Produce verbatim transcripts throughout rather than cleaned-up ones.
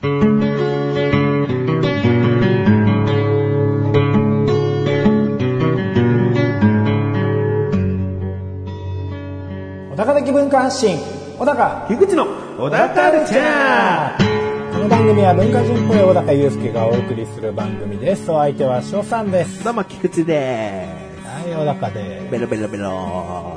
小高的文化発信、小高樋口の小高カルチャー。 この番組は文化人っぽい小高祐介がお送りする番組です。お相手は翔さんです。 どうも菊池ではい、小高です。 ベロベロベロ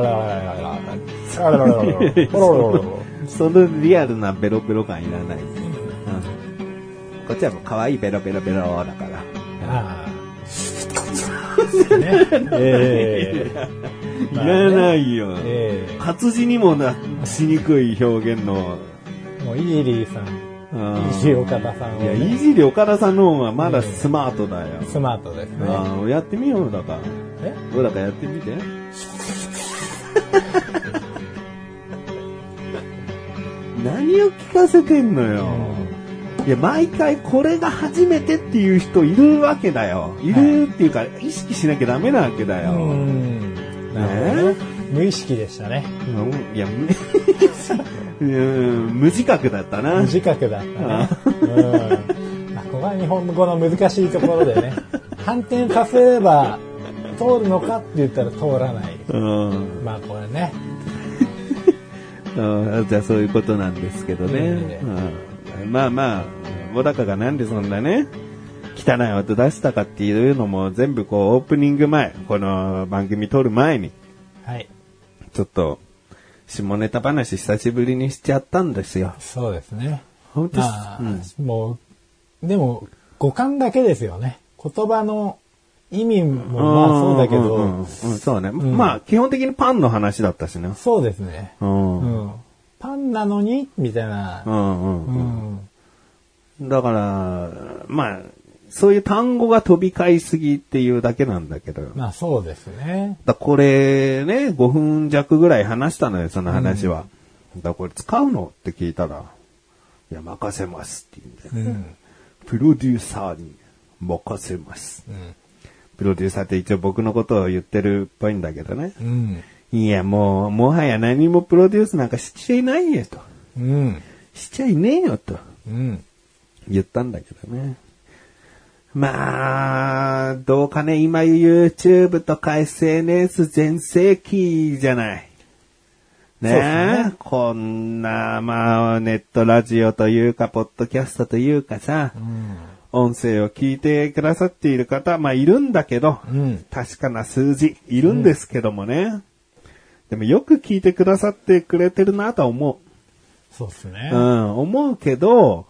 そのリアルなベロベロ感いらない、うん、こっちはもう可愛いベロベロベロだから。ああねえー、いらないよ、えー、活字にもなしにくい表現のもうイジリーさん、イジリー岡田さん、ね、 いやイジリー岡田さんの方がまだスマートだよ、 えー、スマートですね。 あやってみようだからえどうだかやってみて何を聞かせてんのよ、うん、いや毎回これが初めてっていう人いるわけだよ。いるっていうか、はい、意識しなきゃダメなわけだよ。 うんね、無意識でしたね。 うん、いや無無自覚だったな。 無自覚だったね。うんまあ、ここは日本語の難しいところでね反転させれば通るのかって言ったら通らない。うん、まあこれねじゃあそういうことなんですけどね、うん、まあまあ小高がなんでそんなね汚い音出したかっていうのも全部こうオープニング前この番組撮る前に、はい、ちょっと下ネタ話久しぶりにしちゃったんですよ。 そうですね。 本当、まあうん、もうでも五感だけですよね。言葉の意味もまあそうだけど、うんうんうん、 そうね、うん。まあ基本的にパンの話だったしね。 そうですね。うんうん、パンなのにみたいな、うんうんうんうん。だからまあそういう単語が飛び交いすぎっていうだけなんだけど。 まあそうですね。 だこれねごふん弱ぐらい話したのよその話は。うん、だこれ使うのって聞いたらいや任せますって言うんだよ、うん。プロデューサーに任せます。うんプロデューサーって一応僕のことを言ってるっぽいんだけどね。うん、いやもう、もはや何もプロデュースなんかしちゃいないよと。うん、しちゃいねえよと、うん。言ったんだけどね。まあ、どうかね、今 YouTube とか エスエヌエス 全盛期じゃない。ねえ、ね、こんな、まあ、ネットラジオというか、ポッドキャストというかさ、うん音声を聞いてくださっている方、まあいるんだけど、うん、確かな数字いるんですけどもね、うん。でもよく聞いてくださってくれてるなとは思う。 そうですね。 うん、思うけど、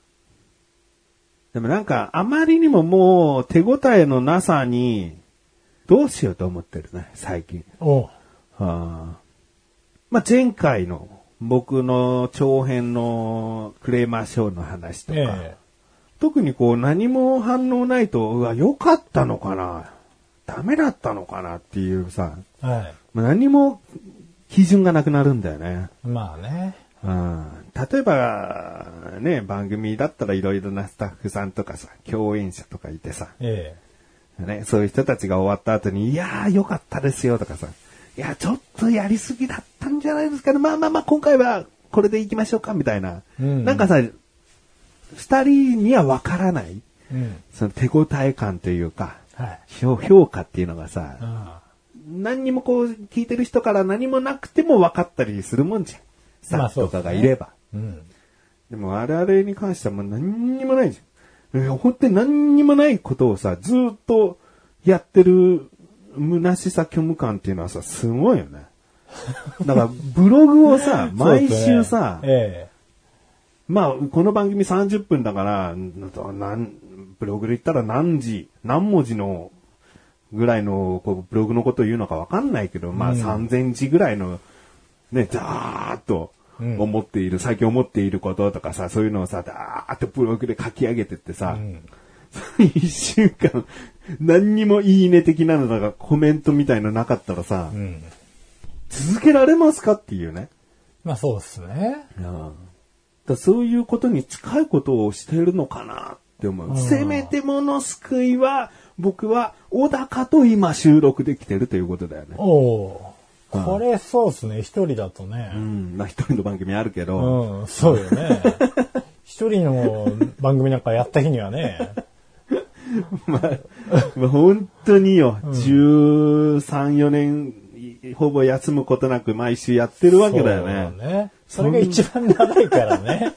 でもなんかあまりにももう手応えのなさに、どうしようと思ってるね、最近。おはあ、まあ前回の僕の長編のクレーマーショーの話とか、ええ特にこう何も反応ないと、うわ、良かったのかなダメだったのかなっていうさ、はい、何も基準がなくなるんだよね。 まあね。 うん、例えば、ね、番組だったらいろいろなスタッフさんとかさ、共演者とかいてさ、ええね、そういう人たちが終わった後に、いやー良かったですよとかさ、いや、ちょっとやりすぎだったんじゃないですかね。まあまあまあ、今回はこれで行きましょうかみたいな。うん、なんかさ、二人には分からない、うん、その手応え感というか、はい、評価っていうのがさ、何にもこう聞いてる人から何もなくても分かったりするもんじゃん。スタッフとかがいれば。まあそうですね。うん、でも我々に関してはもう何にもないじゃん。本当に何にもないことをさ、ずっとやってる虚しさ虚無感っていうのはさ、すごいよね。だからブログをさ、毎週さ、ええまあ、この番組さんじゅっぷんだから、なんブログで言ったら何字、何文字のぐらいのこうブログのことを言うのかわかんないけど、まあさんぜんじぐらいのね、ざーっと思っている、うん、最近思っていることとかさ、そういうのをさ、だーっとブログで書き上げてってさ、うん、いっしゅうかん何にもいいね的なのだがコメントみたいのなかったらさ、うん、続けられますかっていうね。 まあそうですね。 うんだそういうことに近いことをしているのかなって思う。うん、せめてもの救いは、僕は小高と今収録できてるということだよね。 おー、これそうですね。一人だとね。 うん。まあ一人の番組あるけど。 うん、そうよね。一一人の番組なんかやった日にはね。 まあ、まあ、本当によ、うん、じゅうさん、よねん、ほぼ休むことなく毎週やってるわけだよね。 そうね。それが一番長いからね。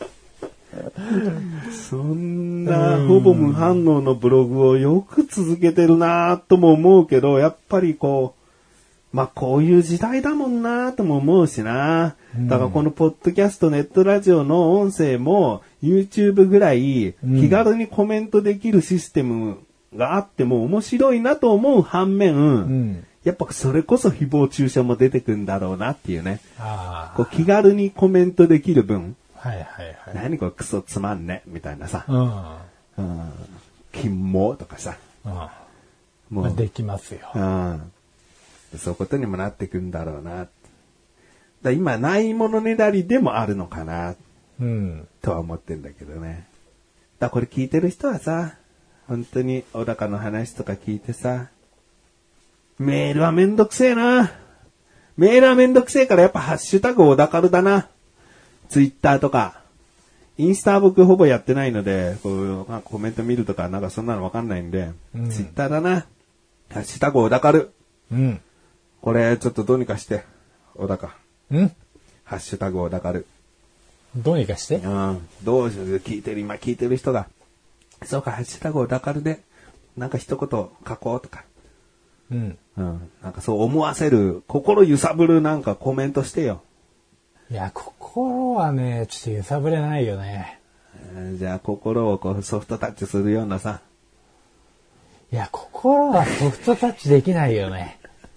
そんな、ほぼ無反応のブログをよく続けてるなとも思うけど、やっぱりこう、まあこういう時代だもんなとも思うしな。だからこのポッドキャスト、ネットラジオの音声も YouTube ぐらい気軽にコメントできるシステムがあっても面白いなと思う反面、うん、やっぱそれこそ誹謗中傷も出てくるんだろうなっていうね。あこう気軽にコメントできる分、 はいはいはい、 何これクソつまんねみたいなさ、うんうん、金毛とかさ、うん、 もう、まあ、できますよ。 うんそういうことにもなってくんだろうな。だ今ないものねだりでもあるのかな、うん、とは思ってんだけどね。だこれ聞いてる人はさ、本当に小高の話とか聞いてさ、メールはめんどくせえな。メールはめんどくせえからやっぱハッシュタグ小高るだな。ツイッターとか。インスタは僕ほぼやってないので、こうまあ、コメント見るとかなんかそんなのわかんないんで、うん、ツイッターだな。ハッシュタグ小高る。うん。これ、ちょっとどうにかして、小高。んハッシュタグ小高る。 どうにかしてうん。どうしよう、聞いてる、今聞いてる人が。そうか、ハッシュタグ小高るで、なんか一言書こうとか。うん。うん。なんかそう思わせる、心揺さぶるなんかコメントしてよ。 いや、心はね、ちょっと揺さぶれないよね。 えー、じゃあ、心をこうソフトタッチするようなさ。 いや、心はソフトタッチできないよね。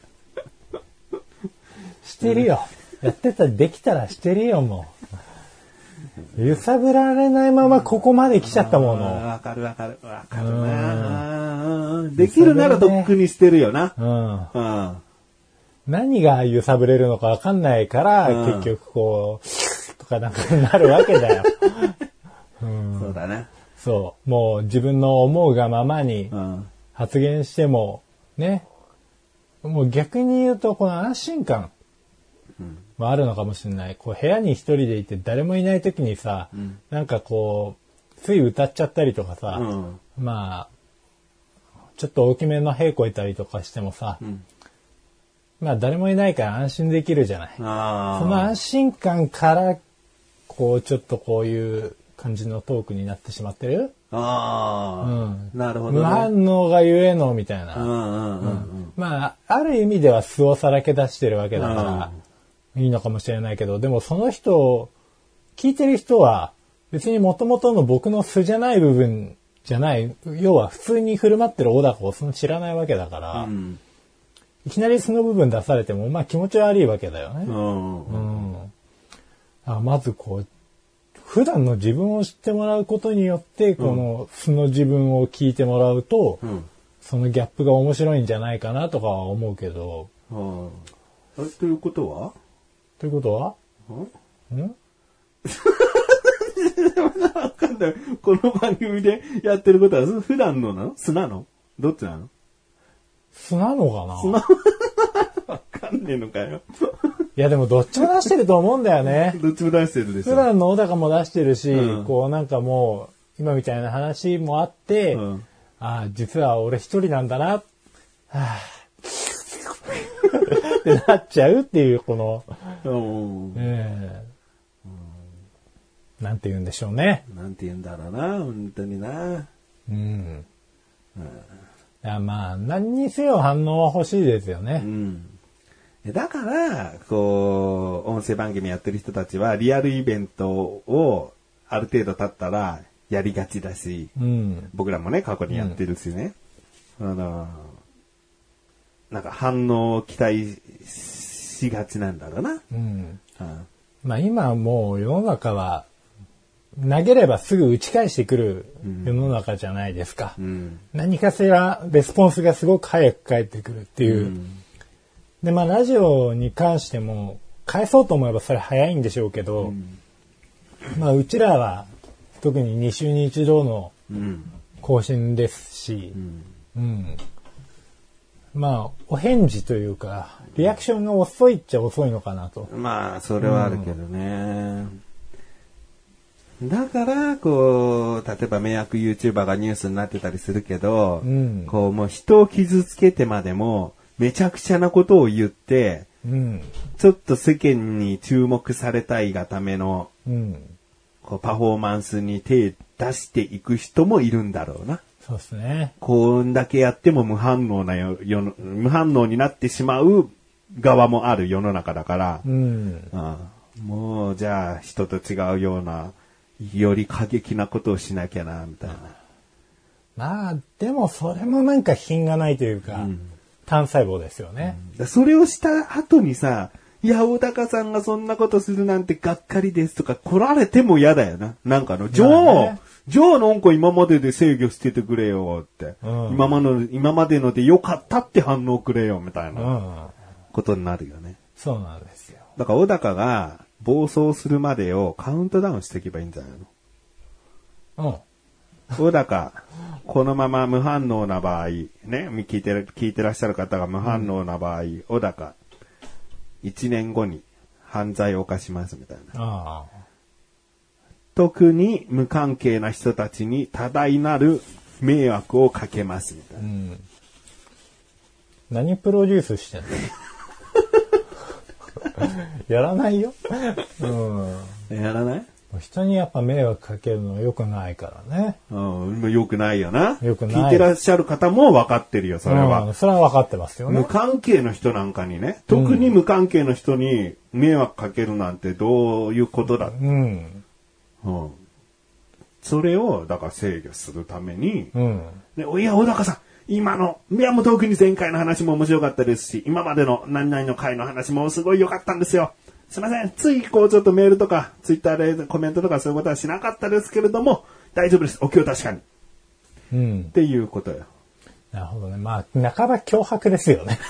してるよ。やってたらできたらしてるよ、もう。揺さぶられないままここまで来ちゃったもの。 わかるわかる。わかるな。できるならとっくにしてるよな。うん。うん。 何が揺さぶれるのかわかんないから、うん、結局こう、とかなんかなるわけだよ。 うん、そうだね。 そう。もう自分の思うがままに発言しても、ね。もう逆に言うと、この安心感。もあるのかもしれない。こう部屋に一人でいて誰もいない時にさ、うん、なんかこうつい歌っちゃったりとかさ、うん、まあちょっと大きめの屁こいたりとかしてもさ、うん、まあ誰もいないから安心できるじゃない。その安心感からこうちょっとこういう感じのトークになってしまってる。ああ、うん、なるほど、ね。無反応がゆえのみたいな。まあある意味では素をさらけ出してるわけだから。いいのかもしれないけど、でもその人、聞いてる人は別に元々の僕の素じゃない部分じゃない、要は普通に振る舞ってる小高をその知らないわけだから、うん、いきなりその部分出されても、まあ気持ち悪いわけだよね。うんうん、あまずこう、普段の自分を知ってもらうことによって、この素の自分を聞いてもらうと、うん、そのギャップが面白いんじゃないかなとかは思うけど。 ああということはということはんんわかんない。この番組でやってることは普段のなの素なのどっちなの素なのかな素なわかんねえのかよ。 いやでもどっちも出してると思うんだよね。 どっちも出してるでしょ。 普段の小高も出してるし、うん、こうなんかもう今みたいな話もあって、うん、ああ実は俺一人なんだな。はあってなっちゃうっていうこの、えーうん、なんて言うんでしょうね。 なんて言うんだろうな、本当にな。うん。うん、 いやまあ何にせよ反応は欲しいですよね。 うん。だからこう音声番組やってる人たちはリアルイベントをある程度経ったらやりがちだし、うん、僕らもね過去にやってるしね。うん、あのなんか反応を期待しがちなんだろうな。うん。 うん、まあ今もう世の中は投げればすぐ打ち返してくる世の中じゃないですか。うん、何かしらレスポンスがすごく早く返ってくるっていう。うん、でまあラジオに関しても返そうと思えばそれ早いんでしょうけど、うん、まあうちらは特にに週に一度の更新ですし、うんうんまあ、お返事というか、リアクションが遅いっちゃ遅いのかなと。 まあ、それはあるけどね。 だから、こう、例えば迷惑 YouTuber がニュースになってたりするけど、うん、こう、もう人を傷つけてまでも、めちゃくちゃなことを言って、うん、ちょっと世間に注目されたいがための、うん、こうパフォーマンスに手出していく人もいるんだろうな。 そうですね。 こんだけやっても無反応なよ、よ無反応になってしまう側もある世の中だから、うんうん、もうじゃあ人と違うような、より過激なことをしなきゃな、みたいな。 まあ、でもそれもなんか品がないというか、うん単細胞ですよね、 うん。それをした後にさ、いや、小高さんがそんなことするなんてがっかりですとか来られても嫌だよな。なんかの、ジョー、ジョーなんか今までで制御しててくれよって、うん、今まの、今までので良かったって反応くれよみたいなことになるよね。うん、 そうなんですよ。 だから小高が暴走するまでをカウントダウンしていけばいいんじゃないの？うん。小高、このまま無反応な場合、ね、聞いてる、聞いてらっしゃる方が無反応な場合、うん、小高、一年後に犯罪を犯しますみたいな。ああ特に無関係な人たちに多大なる迷惑をかけますみたいな。うん、 何プロデュースしてんのやらないよ。うん、 やらない人にやっぱ迷惑かけるの良くないからね。 うん、良くないよな。 良くない。 聞いてらっしゃる方も分かってるよ、それは。 うん、それは分かってますよね。 無関係の人なんかにね、特に無関係の人に迷惑かけるなんてどういうことだ。うん。うん。それを、だから制御するために、うん。ね、いや、小高さん、今の、宮本国前回の話も面白かったですし、今までの何々の回の話もすごい良かったんですよ。すいません。ついこうちょっとメールとかツイッターでコメントとかそういうことはしなかったですけれども大丈夫です。お気を確かに。うん。っていうことよ。 なるほどね。まあ半ば脅迫ですよね。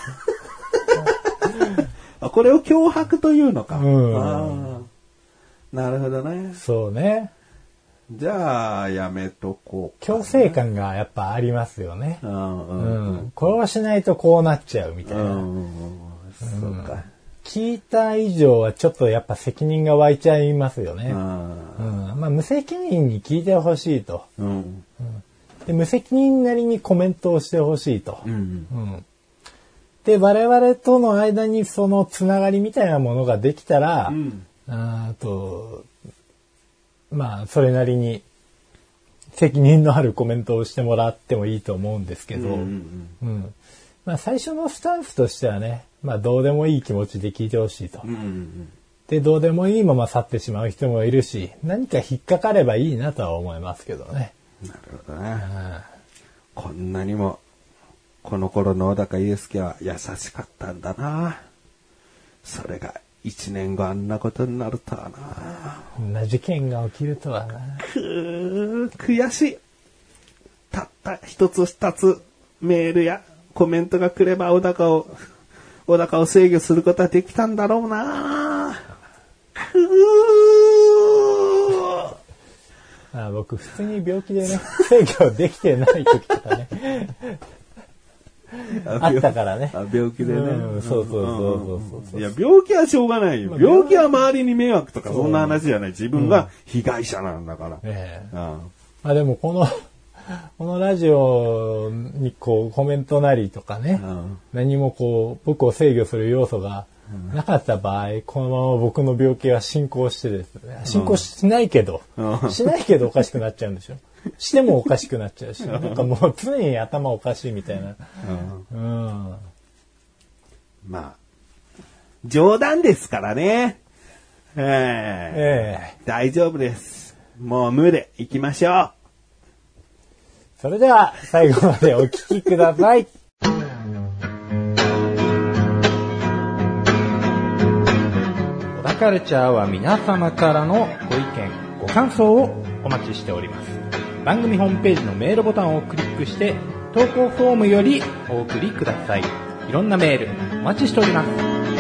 これを脅迫というのか。うん。あなるほどね。 そうね。 じゃあやめとこう。 強制感がやっぱありますよね。うん。うん。これをしないとこうなっちゃうみたいな。うん。そうか。聞いた以上はちょっとやっぱ責任が湧いちゃいますよね。うん、まあ無責任に聞いてほしいと、うんうん、で。無責任なりにコメントをしてほしいと、うんうん。で、我々との間にそのつながりみたいなものができたら、うん、あとまあそれなりに責任のあるコメントをしてもらってもいいと思うんですけど、うんうんうんうんまあ、最初のスタンスとしてはね、まあどうでもいい気持ちで聞いてほしいと、うんうんうん。で、どうでもいいまま去ってしまう人もいるし、何か引っかかればいいなとは思いますけどね。 なるほどね。うん、こんなにも、この頃の小高祐介は優しかったんだな。それが一年後あんなことになるとはな。 こんな事件が起きるとはな。 くー、悔しい。たった一つ二つメールやコメントが来れば小高を、小高を制御することはできたんだろうな。くー。 あ僕普通に病気でね、制御できてない時とかね。あったからね。 あ病気でね、 うん。そうそうそうそう。 いや、病気はしょうがないよ。病気は周りに迷惑とかそんな話じゃない。自分が被害者なんだから。ええうん、まあでもこの、このラジオにこうコメントなりとかね、うん、何もこう僕を制御する要素がなかった場合、このまま僕の病気は進行してですね、進行しないけど、うん、しないけどおかしくなっちゃうんでしょ。してもおかしくなっちゃうし、なんかもう常に頭おかしいみたいな。うんうん、 まあ、冗談ですからね。えー、えー、大丈夫です。もう無で行きましょう。 それでは最後までお聞きください。小田カルチャーは皆様からのご意見、ご感想をお待ちしております。番組ホームページのメールボタンをクリックして投稿フォームよりお送りください。いろんなメールお待ちしております。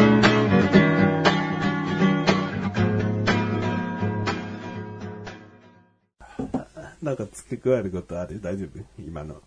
なんか付け加えることある？大丈夫？今の。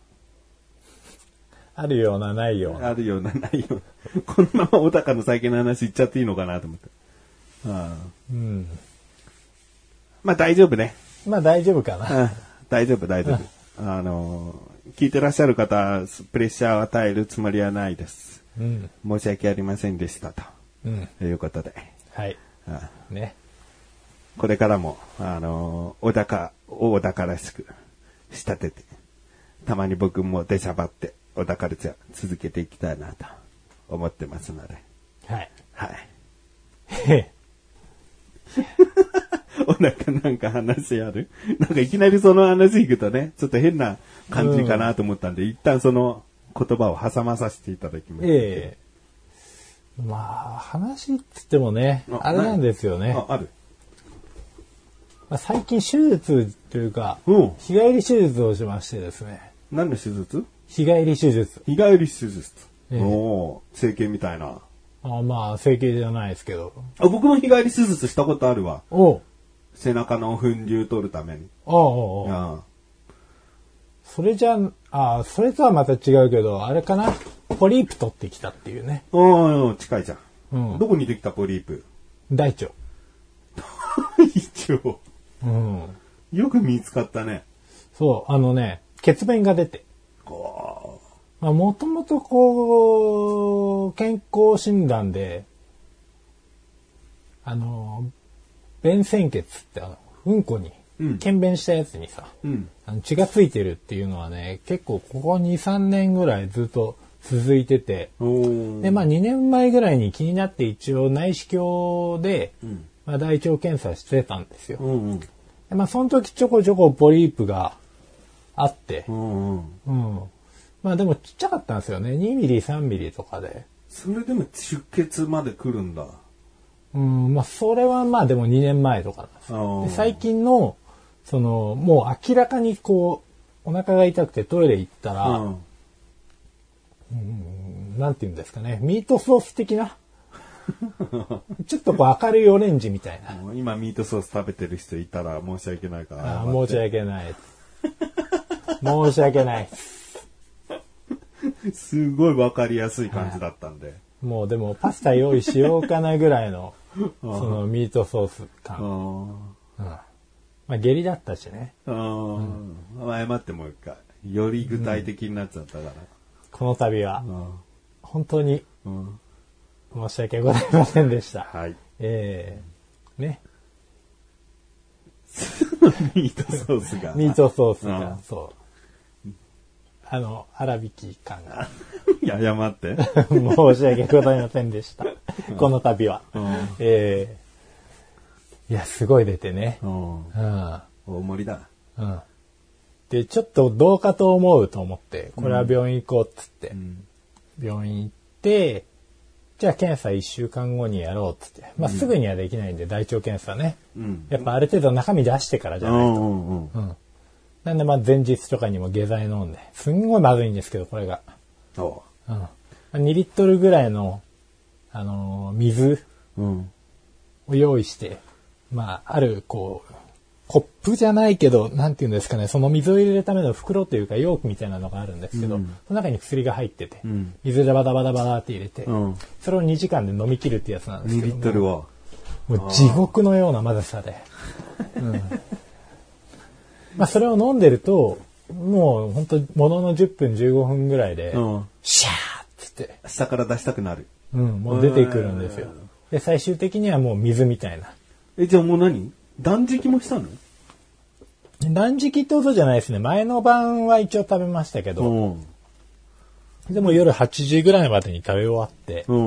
あるようなないような。 あるようなないような。このまま小高の最近の話言っちゃっていいのかなと思って。ああうん。 まあ大丈夫ね。 まあ大丈夫かな。 うん、大丈夫、大丈夫。あのー、聞いてらっしゃる方、プレッシャーを与えるつもりはないです。うん、申し訳ありませんでしたと。うん、いうことで。 はい。ああね。 これからも、あのー、小高、大高らしく仕立てて、たまに僕も出しゃばって、小高ルチャー続けていきたいなと思ってますので。 はい。 はい。お腹なんか話ある？なんかいきなりその話行くとね、ちょっと変な感じかなと思ったんで、うん、一旦その言葉を挟まさせていただきます。 ええー。まあ、話って言ってもね、あ, あれなんですよね。 あ、ある。 まあ、最近手術というか、うん、日帰り手術をしましてですね。 何の手術？ 日帰り手術。 日帰り手術。えー、おー、整形みたいな。 あまあ、整形じゃないですけど。 あ、僕も日帰り手術したことあるわ。 お背中の粉瘤取るために。 ああ、ああ。それじゃ、ああ、それとはまた違うけど、あれかなポリープ取ってきたっていうね。 ああ、近いじゃん。 うん。 どこにできたポリープ？ 大腸。 大腸。 うん。 よく見つかったね。 そう、あのね、血便が出て。 こう。まあ、もともとこう、健康診断で、あの、便潜血ってあの、うんこに、検便したやつにさ、うん、あの血がついてるっていうのはね、結構ここに、さんねんぐらいずっと続いてて、で、まあにねんまえぐらいに気になって一応内視鏡で、うん、まあ、大腸検査してたんですよ。うんうん、でまあその時ちょこちょこポリープがあって、うんうんうん、まあでもちっちゃかったんですよね。にミリ、さんミリとかで。 それでも出血まで来るんだ。 うん、まあ、それはまあでもにねんまえとかなんです。で最近の、その、もう明らかにこう、お腹が痛くてトイレ行ったら、うんうん、なんて言うんですかね、ミートソース的なちょっとこう明るいオレンジみたいな。 今ミートソース食べてる人いたら申し訳ないから。 あ申し訳ない。申し訳ない。 すごいわかりやすい感じだったんで。 もうでもパスタ用意しようかなぐらいのそのミートソース感。うんまあ下痢だったしね。 うん、謝ってもう一回。より具体的になっちゃったから。うん、 この度は本当に申し訳ございませんでした。 はい。 えー、ね。 ミートソースが。 ミートソースが、そう。あの、粗挽き感が。 いや、謝って。 申し訳ございませんでした。この度は。うん、えー、いや、すごい出てね。うん、 大盛りだ。 うん。で、ちょっとどうかと思うと思って、これは病院行こうっつって、うん、病院行って、じゃあ検査いっしゅうかんごにやろうっつって、まあ、すぐにはできないんで、大腸検査ね。うん、やっぱある程度中身出してからじゃないと。うんうんうんなんでまあ前日とかにも下剤飲んで、すんごいまずいんですけど、これが。おう。うん。にリットルぐらいの、あのー、水を用意して、うん、まあ、ある、こう、コップじゃないけど、なんていうんですかね、その水を入れるための袋というか容器みたいなのがあるんですけど、うん、その中に薬が入ってて、うん、水でバタバタバタって入れて、うん、それをにじかんで飲み切るってやつなんですけど。 にリットルはもう地獄のようなまずさで。うんまあそれを飲んでると、もう本当もののじゅっぷんじゅうごふんぐらいで、うん、シャーっつって。 下から出したくなる。 うん、もう出てくるんですよ。で、最終的にはもう水みたいな。 え、じゃあもう何？断食もしたの？ 断食ってことじゃないですね。前の晩は一応食べましたけど、うん、でも夜はちじぐらいまでに食べ終わって、うん、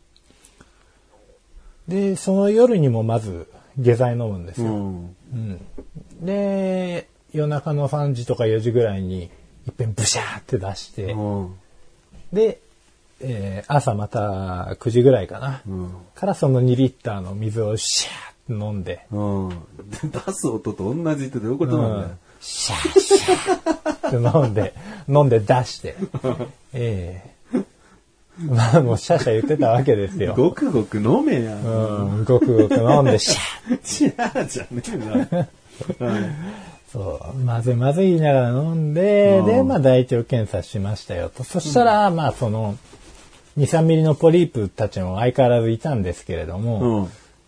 で、その夜にもまず下剤飲むんですよ。うんうん、で夜中のさんじとかよじぐらいにいっぺんブシャーって出して、うん、で、えー、朝またくじぐらいかな、うん、からそのにリッターの水をシャーって飲んで、うん、 出す音と同じってどういうことなんだよ、うん、 シャーシャーって飲んで飲んで出してええー、まあもうシャーシャー言ってたわけですよ。 ごくごく飲めや。 うん、ごくごく飲んでシャーシャーじゃねえな。はい、 そう、まずいまずい言いながら飲んで、で、まあ大腸検査しましたよと。そしたら、うん、まあその、に、さんミリのポリープたちも相変わらずいたんですけれども、うん、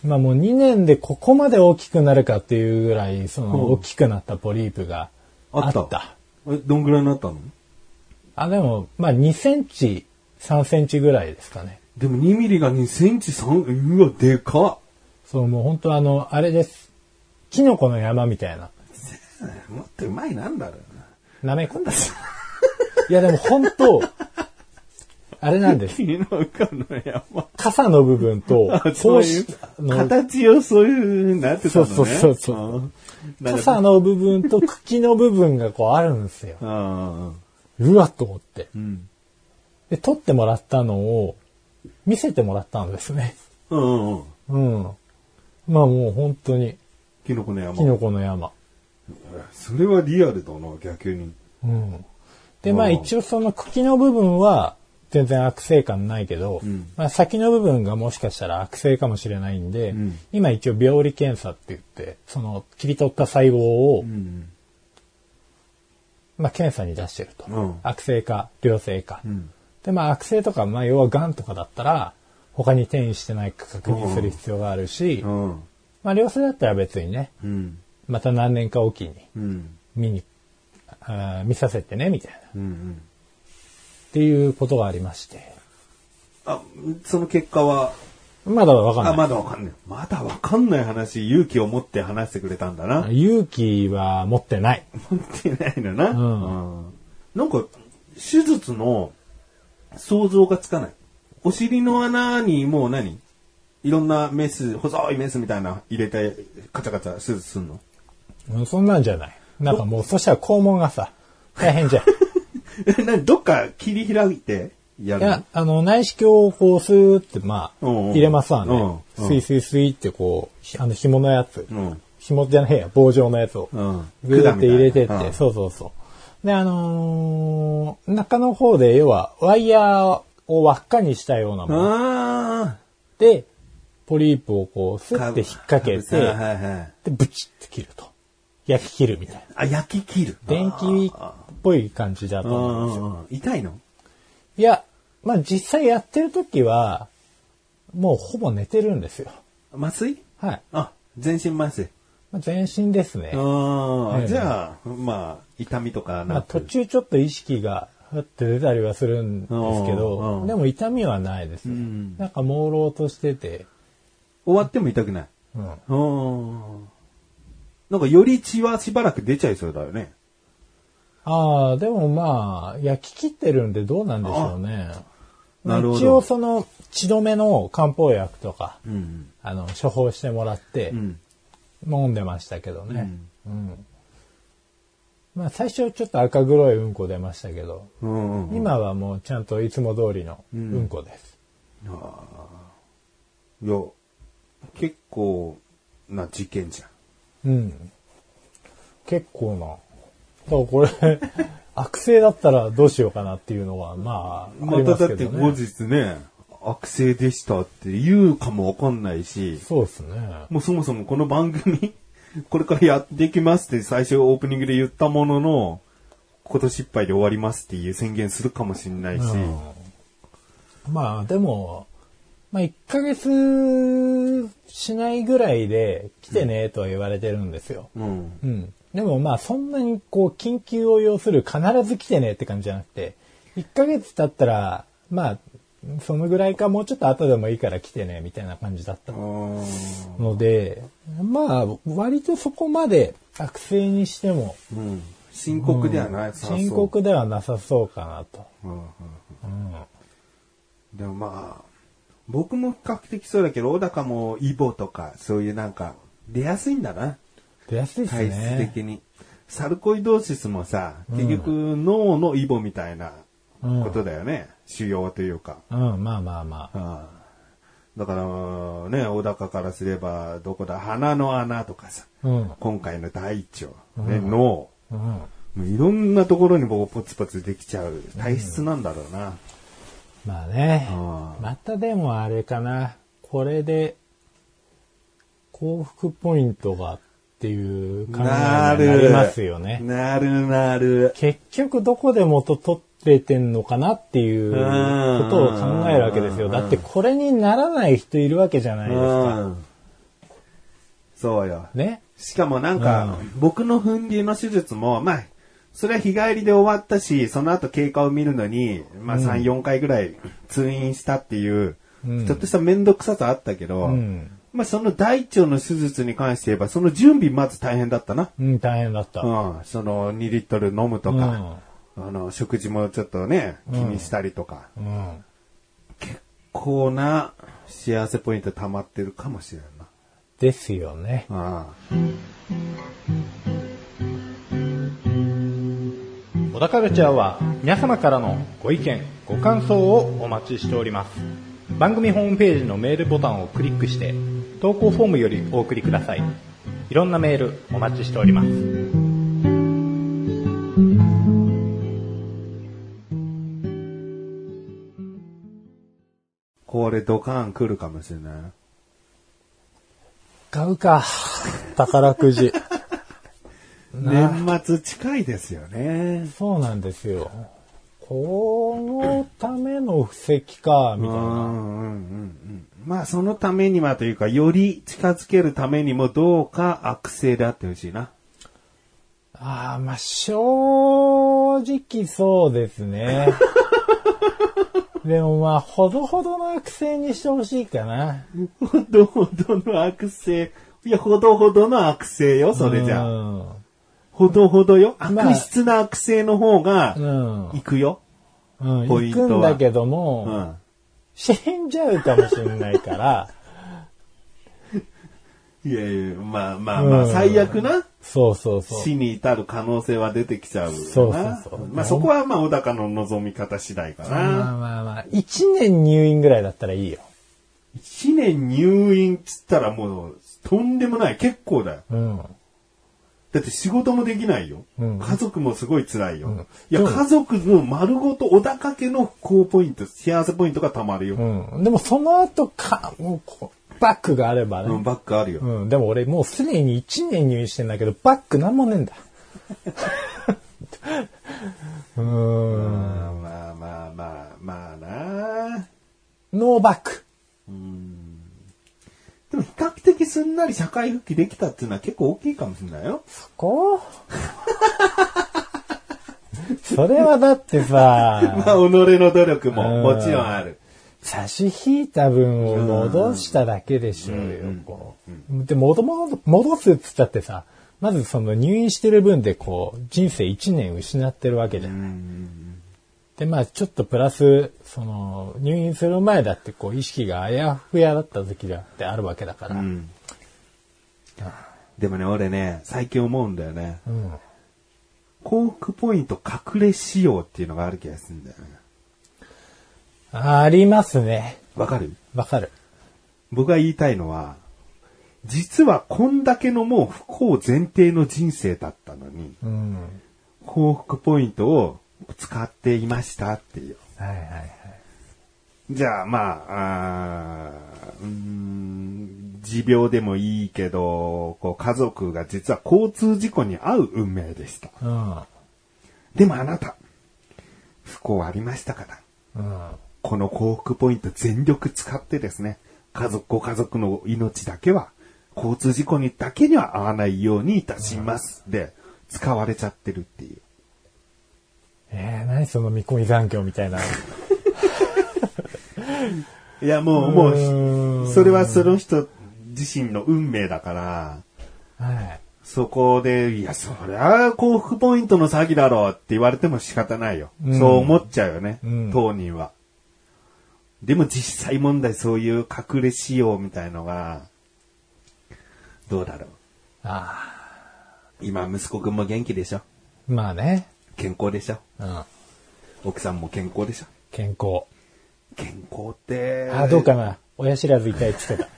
まあもうにねんでここまで大きくなるかっていうぐらい、その大きくなったポリープがあった。あった。 え、どんぐらいになったの？ あ、でも、まあにセンチ、さんセンチぐらいですかね。 でもにミリがにセンチさん、うわ、でかっ。 そう、もう本当あの、あれです。キノコの山みたいな。 もっとうまいなんだろうな。なめこです。いやでも本当、あれなんです。 キノコの山。 傘の部分と、 そういう、形をそういう、なってたのね。 そうそうそう。傘の部分と茎の部分がこうあるんですよ。うわっと思って、うん。で、撮ってもらったのを見せてもらったんですね。 うんうんうん。 うん。まあもう本当に。 キノコの山。 キノコの山。 それはリアルだな、逆に。 うん。で、まあ一応その茎の部分は全然悪性感ないけど、うん、まあ先の部分がもしかしたら悪性かもしれないんで、うん、今一応病理検査って言って、その切り取った細胞を、うん、まあ検査に出してると。うん、悪性か良性か。うん、で、まあ悪性とか、まあ要は癌とかだったら、他に転移してないか確認する必要があるし、うん、まあ良性だったら別にね、うん、また何年かおきに見に、あ見させてね、みたいな、うんうん。っていうことがありまして。 あ、その結果はまだわかんない。 あ、まだわかんない。まだわかんない話、勇気を持って話してくれたんだな。 勇気は持ってない。 持ってないのな。うんうん、なんか、手術の想像がつかない。お尻の穴にもう何いろんなメス、細いメスみたいな入れて、カチャカチャ手術すんの？ そんなんじゃない。なんかもう、そしたら肛門がさ、大変じゃん。 え、どっか切り開いてやるの？いや、 あの、内視鏡をこう、スーって、まあ、うんうん、入れますわね。うんうん、スイスイスイってこう、あの、紐のやつ。うん、紐じゃねえや、棒状のやつを。うん、グーって入れてって、うん、そうそうそう。で、あのー、中の方で、要は、ワイヤーを輪っかにしたようなもの。で、ポリープをこう、スッて引っ掛けて、はいはい、で、ブチッて切ると。焼き切るみたいな。 あ、焼き切る。 電気っぽい感じだと思うんですよ。 痛いの？ いや、まあ実際やってる時は、もうほぼ寝てるんですよ。 麻酔？ はい。 あ、全身麻酔。 まあ、全身ですね。 ああ、えー、じゃあ、まあ、痛みとかなく、 まあ途中ちょっと意識が、ふって出たりはするんですけど、でも痛みはないです。うん、なんか朦朧としてて。 終わっても痛くない。うん。なんかより血はしばらく出ちゃいそうだよね。 ああ、でもまあ、焼き切ってるんでどうなんでしょうね。なるほど。一応その血止めの漢方薬とか、うん、あの、処方してもらって、うん、飲んでましたけどね。うんうん、まあ最初ちょっと赤黒いうんこ出ましたけど、うんうんうん、今はもうちゃんといつも通りのうんこです。うん、あいや、結構な事件じゃん。 うん。結構な。だからこれ、悪性だったらどうしようかなっていうのは、まあ、ありますけどね。 まただって後日ね、悪性でしたって言うかもわかんないし。 そうですね。 もうそもそもこの番組、これからやっていきますって最初オープニングで言ったものの、今年いっぱいで終わりますっていう宣言するかもしれないし。 うん、まあ、でも、まあいっかげつしないぐらいで来てねとは言われてるんですよ。うん。うん。でもまあそんなにこう緊急を要する必ず来てねって感じじゃなくて、いっかげつ経ったら、まあ、そのぐらいかもうちょっと後でもいいから来てねみたいな感じだったので、まあ割とそこまで悪性にしても、 うん、深刻ではなさそう、 うん。深刻ではなさそうかなと。うんうんうん、 でもまあ、僕も比較的そうだけど、小高もイボとか、そういうなんか、出やすいんだな。 出やすいですね。 体質的に。サルコイドーシスもさ、結局脳のイボみたいなことだよね。うん、腫瘍というか。 うん、まあまあまあ。ああだからね、小高からすれば、どこだ、鼻の穴とかさ、うん、今回の大腸、ね、うん、脳、うん、もういろんなところにポツポツできちゃう体質なんだろうな。うんまあね、またでもあれかな、これで幸福ポイントがっていう考えになりますよね。 なるなる。 結局どこで元取れてんのかなっていうことを考えるわけですよ。だってこれにならない人いるわけじゃないですか。 そうよ。 ね。 しかもなんか、うん、僕の粉瘤の手術も、まあ、それは日帰りで終わったし、その後経過を見るのに、まあさん、うん、よんかいぐらい通院したっていう、うん、ちょっとしためんどくささあったけど、うん、まあその大腸の手術に関して言えば、その準備まず大変だったな。 うん、大変だった。 うん、そのにリットル飲むとか、うん、あの、食事もちょっとね、気にしたりとか、うんうん、結構な幸せポイント溜まってるかもしれんな。 ですよね。 ああ、 小田カルチャーは皆様からのご意見、ご感想をお待ちしております。番組ホームページのメールボタンをクリックして投稿フォームよりお送りください。いろんなメールお待ちしております。 これドカーン来るかもしれない。 買うか、宝くじ。 年末近いですよね。 そうなんですよ。このための布石か、みたいな。うんうんうんうん、 まあそのためにはというか、より近づけるためにもどうか悪性であってほしいな。 ああ、まあ正直そうですね。でもまあ、ほどほどの悪性にしてほしいかな。 ほどほどの悪性。いや、ほどほどの悪性よ、それじゃあ。ほどほどよ。悪質な悪性の方が、行くよ。 うん、ポイントは。行くんだけども、うん、死んじゃうかもしれないから。 いやいや、まあまあまあ、うん、最悪な。 そうそうそう。 死に至る可能性は出てきちゃうな。 そうそうそう。 まあそこはまあ、小高の望み方次第かな。 まあまあまあ、一年入院ぐらいだったらいいよ。 一年入院っつったらもう、とんでもない。結構だよ。うん。だって仕事もできないよ。うん、家族もすごい辛いよ。うん、いや、家族の丸ごと小高家の高ポイント、幸せポイントがたまるよ。 うん。でもその後か、もうこうバックがあればね。 うん、バックあるよ。 うん。でも俺もうすでにいちねん入院してんだけど、バックなんもねえんだ。うーん。 まあまあまあまあな。 ノーバック。 うん。でも比較的すんなり社会復帰できたっていうのは結構大きいかもしれないよ。 そこそれはだってさ。 まあ、己の努力ももちろんある。 差し引いた分を戻しただけでしょうよ。うんこうで、戻、戻すっつったってさ、まずその入院してる分でこう、人生いちねん失ってるわけじゃない。うんで、まあちょっとプラス、その、入院する前だってこう、意識があやふやだった時だってあるわけだから。うん、 でもね、俺ね、最近思うんだよね。うん、幸福ポイント隠れ仕様っていうのがある気がするんだよね。 ありますね。 わかる？ わかる。 僕が言いたいのは、実はこんだけのもう不幸前提の人生だったのに、うん、幸福ポイントを使っていましたっていう。はいはいはい。じゃあまあ、あーうーん持病でもいいけど、こう家族が実は交通事故に遭う運命でした。うん、でもあなた、不幸ありましたから、うん、この幸福ポイント全力使ってですね、家族、ご家族の命だけは、交通事故にだけには遭わないようにいたします。うん、で、使われちゃってるっていう。 えー、何その見込み残業みたいな。 いや、もう、もう、それはその人自身の運命だから、はい、そこで、いや、そりゃ幸福ポイントの詐欺だろうって言われても仕方ないよ。うん、そう思っちゃうよね、うん、当人は。でも実際問題そういう隠れ仕様みたいのが、どうだろう。ああ。今、息子くんも元気でしょ？ まあね。 健康でしょ？うん。奥さんも健康でしょ？ 健康。 健康って。 あ、どうかな。親知らず痛いって言ってた。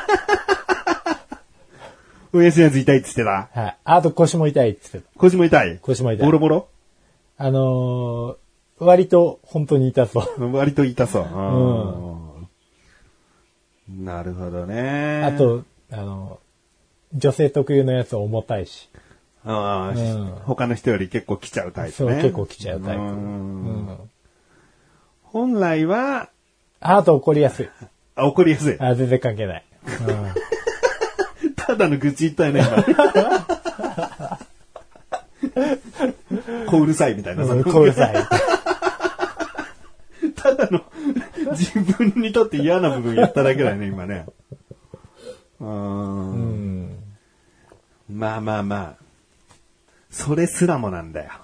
親知らず痛いって言ってた。 はい。あと腰も痛いって言ってた。 腰も痛い？ 腰も痛い。 ボロボロ？ あのー、割と本当に痛そう。 割と痛そう。うん。なるほどね。 あと、あの、女性特有のやつ重たいし。 ああ、うん、他の人より結構来ちゃうタイプね。 そう、結構来ちゃうタイプ。うん、 本来は、 あと怒りやすい。 あ、怒りやすい。 あ、全然関係ない。 ただの愚痴言ったよね、今。小うるさいみたいな。 うん、小うるさい。 ただの自分にとって嫌な部分言っただけだよね、今ね。うーん。うん。まあまあまあ。それすらもなんだよ。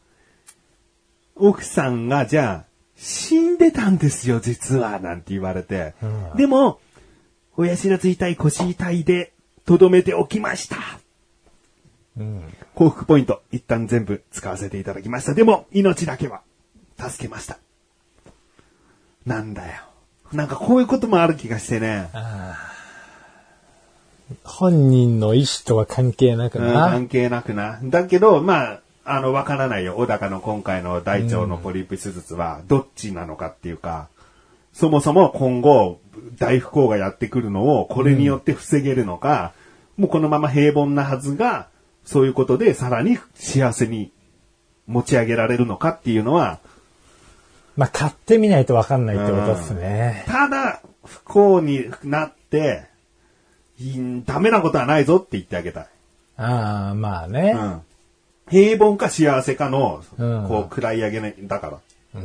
奥さんが、じゃあ、死んでたんですよ、実は、なんて言われて。うん、でも、親知らず痛い、腰痛いで、とどめておきました。うん、幸福ポイント、一旦全部使わせていただきました。でも、命だけは、助けました。なんだよ。なんかこういうこともある気がしてね。あ、 本人の意思とは関係なくな。 うん、関係なくな。だけど、まあ、あの、わからないよ。小高の今回の大腸のポリープ手術は、どっちなのかっていうか、うん、そもそも今後、大不幸がやってくるのを、これによって防げるのか、うん、もうこのまま平凡なはずが、そういうことでさらに幸せに持ち上げられるのかっていうのは、 まあ、買ってみないとわかんないってことですね。 うん、ただ、不幸になって、ダメなことはないぞって言ってあげたい。 ああ、まあね。うん、 平凡か幸せかの、うん、こう、位上げね、だから。うん。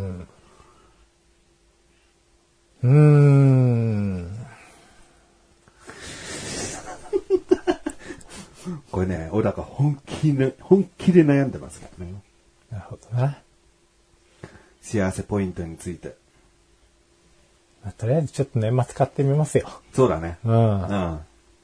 うーん。 これね、小高本気で、本気で悩んでますからね。 なるほどな。 幸せポイントについて。 まあ、とりあえずちょっと年末買ってみますよ。 そうだね。うん。うん。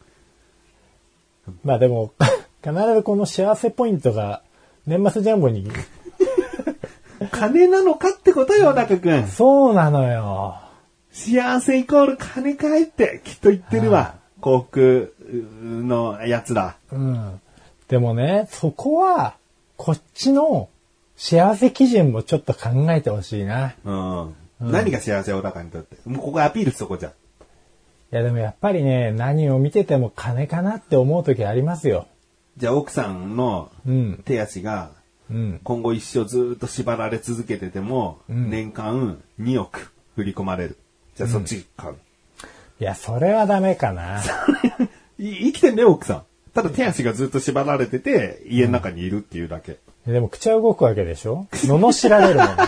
まあでも、必ずこの幸せポイントが年末ジャンボに。 金なのかってことよ、小高くん。 そうなのよ。 幸せイコール金かいってきっと言ってるわ。幸福のやつだ。 うん。でもね、そこは、こっちの幸せ基準もちょっと考えてほしいな。 うん。うん、何が幸せ小高にとって。もうここアピールしとこじゃん。 いやでもやっぱりね、何を見てても金かなって思う時ありますよ。 じゃあ奥さんの手足が今後一生ずっと縛られ続けてても、年間におく振り込まれる。じゃあそっち買う。うん、 いや、それはダメかな。 生きてんだよ、奥さん。ただ手足がずっと縛られてて、家の中にいるっていうだけ。 うん、でも口は動くわけでしょ？罵られるもん、ね。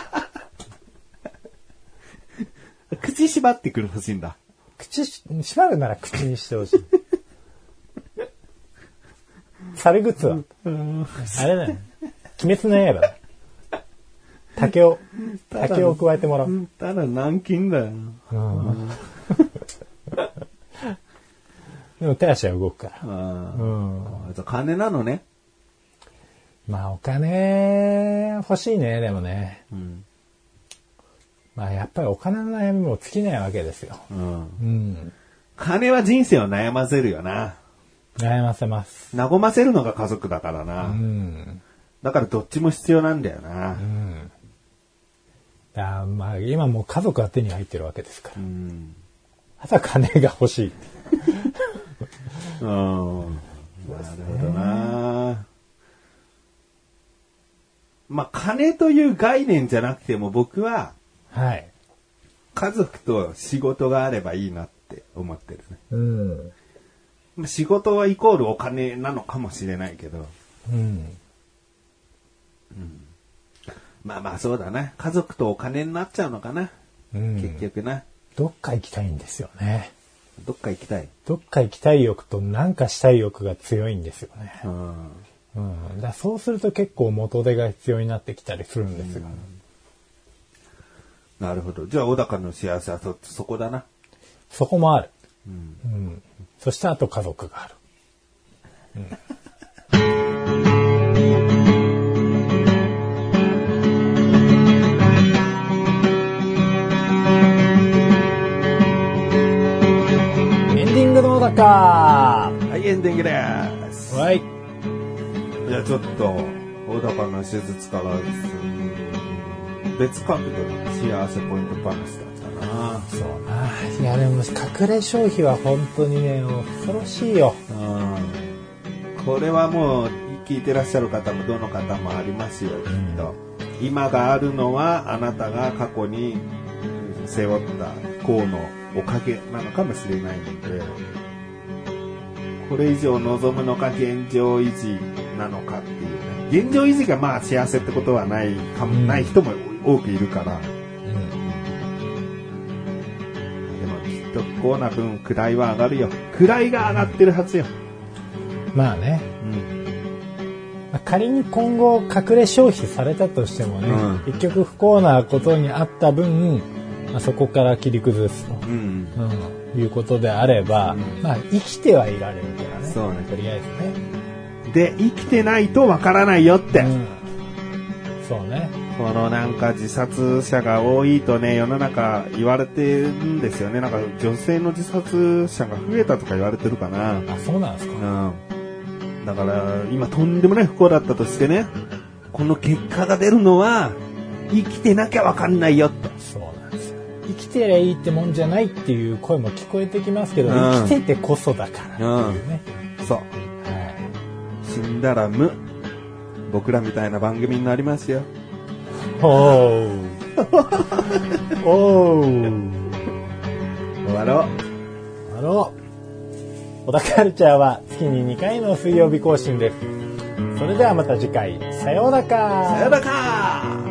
口縛ってくる欲しいんだ。 口、縛るなら口にしてほしい。猿グッズは。あれだよ。鬼滅の刃だ。竹を、竹を加えてもらう。 ただ軟禁だよ。うん、 でも手足は動くから。うん、 金なのね。 まあお金欲しいね、でもね。うん、まあやっぱりお金の悩みも尽きないわけですよ。うんうん、 金は人生を悩ませるよな。 悩ませます。 和ませるのが家族だからな。うん、だからどっちも必要なんだよな。うん、 だまあ今もう家族は手に入ってるわけですから。うん、あとは金が欲しい。 うん、なるほどな。まあ金という概念じゃなくても僕は、はい、家族と仕事があればいいなって思ってるね。うん、仕事はイコールお金なのかもしれないけど、うんうん、まあまあそうだな。家族とお金になっちゃうのかな、うん、結局な。 どっか行きたいんですよね。 どっか行きたい。 どっか行きたい欲となんかしたい欲が強いんですよね。うんうん、だそうすると結構元手が必要になってきたりするんですが、 うん、なるほど。じゃあ小高の幸せは そ, そこだな。 そこもある、うんうん、そしてあと家族がある、うんエンディングの小高。 はい、エンディングです。 はい。 じゃあちょっと小高の手術から別角度の幸せポイント話だったな。 そうな。いやでも隠れ消費は本当にね恐ろしいよ。うん。 これはもう聞いてらっしゃる方もどの方もありますよ、きっと。うん、今があるのはあなたが過去に背負った不幸のおかげなのかもしれないので。 これ以上望むのか現状維持なのかっていうね。現状維持がまあ幸せってことはないかも、うん、ない人も多くいるから。うん、でもきっと不幸な分位は上がるよ。位が上がってるはずよ。 まあね。うん仮に今後隠れ消費されたとしてもね、うん、結局不幸なことにあった分、まあ、そこから切り崩すと、うんうん、いうことであれば、うんまあ、生きてはいられるからね。 そうね。 とりあえずね。 で、生きてないとわからないよって、うん。 そうね。 このなんか自殺者が多いとね、世の中言われてるんですよね。なんか女性の自殺者が増えたとか言われてるかな。 あ、そうなんですか。 うんだから今とんでもない不幸だったとしてね、この結果が出るのは生きてなきゃ分かんないよって。 そうなんですよ。生きてりゃいいってもんじゃないっていう声も聞こえてきますけど、うん、生きててこそだからっていうね、 うん、そう、はい、死んだら無僕らみたいな番組になりますよ。 おーおー終わろう終わろう小田カルチャーは月ににかいの水曜日更新です。それではまた次回。さようなら。 さようなら。